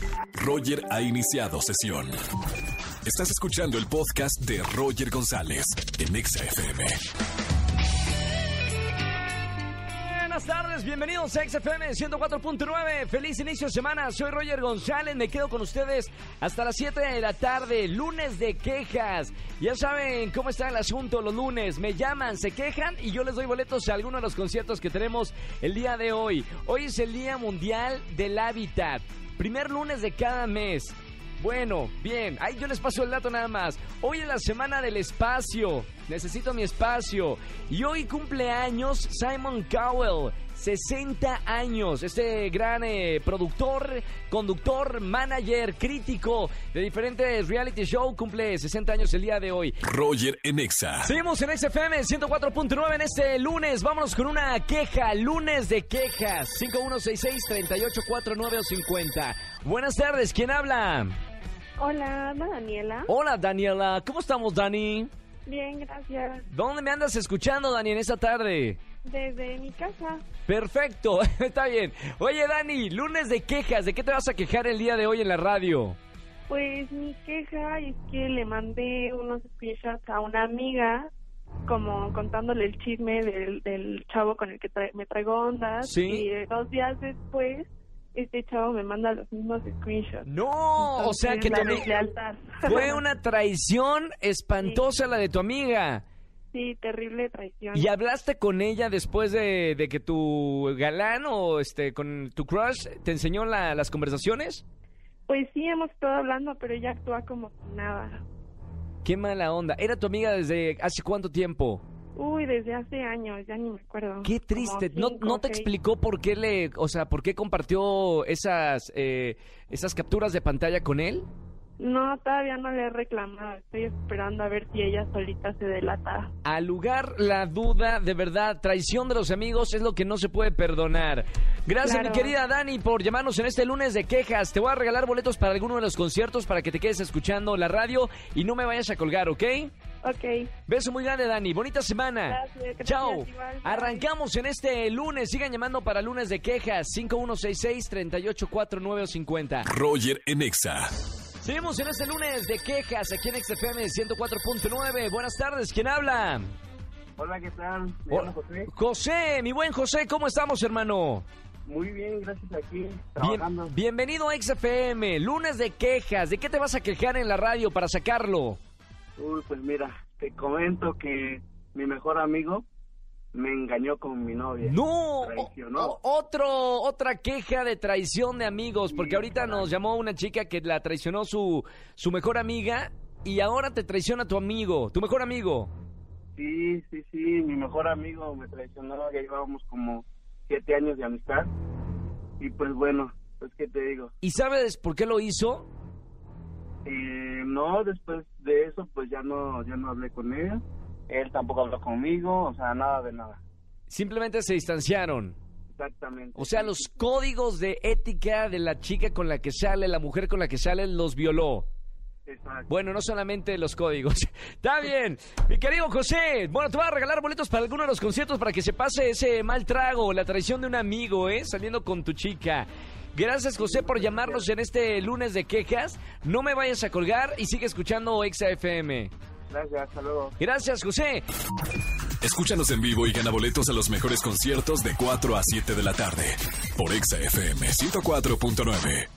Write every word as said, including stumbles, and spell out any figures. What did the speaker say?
Roger ha iniciado sesión. Estás escuchando el podcast de Roger González en Exa F M. Buenas tardes, bienvenidos a Exa F M ciento cuatro punto nueve. Feliz inicio de semana, soy Roger González. Me quedo con ustedes hasta las siete de la tarde, lunes de quejas. Ya saben cómo está el asunto los lunes. Me llaman, se quejan y yo les doy boletos a alguno de los conciertos que tenemos el día de hoy. Hoy es el Día Mundial del Hábitat. Primer lunes de cada mes. Bueno, bien, ahí yo les paso el dato nada más. Hoy es la semana del espacio. Necesito mi espacio. Y hoy cumple años Simon Cowell. sesenta años. Este gran eh, productor, conductor, manager, crítico de diferentes reality shows cumple sesenta años el día de hoy. Roger en Exa. Seguimos en Exa F M ciento cuatro punto nueve en este lunes. Vámonos con una queja. Lunes de quejas. cinco uno seis seis, tres ocho cuatro nueve cinco cero. Buenas tardes. ¿Quién habla? Hola, habla Daniela. Hola, Daniela. ¿Cómo estamos, Dani? Bien, gracias. ¿Dónde me andas escuchando, Dani, en esta tarde? Desde mi casa. Perfecto, está bien. Oye, Dani, lunes de quejas. ¿De qué te vas a quejar el día de hoy en la radio? Pues mi queja es que le mandé unos screenshots a una amiga, como contándole el chisme del, del chavo con el que tra- me traigo ondas. Sí. Y eh, dos días después, este chavo me manda los mismos screenshots. No, Entonces, o sea que la tu ami- deslealtad. fue una traición espantosa Sí. la de tu amiga. Sí, terrible traición. ¿Y hablaste con ella después de, de que tu galán o este con tu crush te enseñó la- las conversaciones? Pues sí, hemos estado hablando, pero ella actúa como si nada. Qué mala onda. ¿Era tu amiga desde hace cuánto tiempo? Uy, desde hace años, ya ni me acuerdo. Qué triste. Como ¿No, cinco, no te seis. explicó por qué le, o sea, por qué compartió esas, eh, esas capturas de pantalla con él? No, todavía no le he reclamado. Estoy esperando a ver si ella solita se delata. Al lugar la duda, de verdad, traición de los amigos es lo que no se puede perdonar. Gracias, Claro. mi querida Dani, por llamarnos en este lunes de quejas. Te voy a regalar boletos para alguno de los conciertos para que te quedes escuchando la radio y no me vayas a colgar, ¿ok? Ok. Beso muy grande, Dani. Bonita semana. Gracias, gracias, Chao. igual, bye. Arrancamos en este lunes. Sigan llamando para lunes de quejas. cinco uno seis seis, tres ocho cuatro nueve cinco cero. Roger en Exa. Seguimos en este lunes de quejas aquí en X F M ciento cuatro punto nueve. Buenas tardes. ¿Quién habla? Hola, ¿qué tal? Me Hola. llamo José. José, mi buen José, ¿cómo estamos, hermano? Muy bien, gracias aquí, Bien- trabajando. bienvenido a X F M, lunes de quejas. ¿De qué te vas a quejar en la radio para sacarlo? Uy, pues mira, te comento que mi mejor amigo me engañó con mi novia. ¡No! Traicionó. O- o- otro, otra queja de traición de amigos, porque Sí, ahorita caray. nos llamó una chica que la traicionó su, su mejor amiga y ahora te traiciona tu amigo, tu mejor amigo. Sí, sí, sí, mi mejor amigo me traicionó, ya llevábamos como siete años de amistad. Y pues bueno, pues qué te digo. ¿Y sabes por qué lo hizo? Eh, no, después de eso pues ya no, ya no hablé con él. Él tampoco habló conmigo, o sea, nada de nada. Simplemente se distanciaron. Exactamente. O sea, los códigos de ética de la chica con la que sale, la mujer con la que sale, los violó. Exacto. Bueno, no solamente los códigos. Está bien. Mi querido José, bueno, te voy a regalar boletos para alguno de los conciertos para que se pase ese mal trago, la traición de un amigo, ¿eh? Saliendo con tu chica. Gracias, José, por llamarnos en este lunes de quejas. No me vayas a colgar y sigue escuchando Exa F M. Gracias, hasta luego. Gracias, José. Escúchanos en vivo y gana boletos a los mejores conciertos de cuatro a siete de la tarde por Exa F M ciento cuatro punto nueve.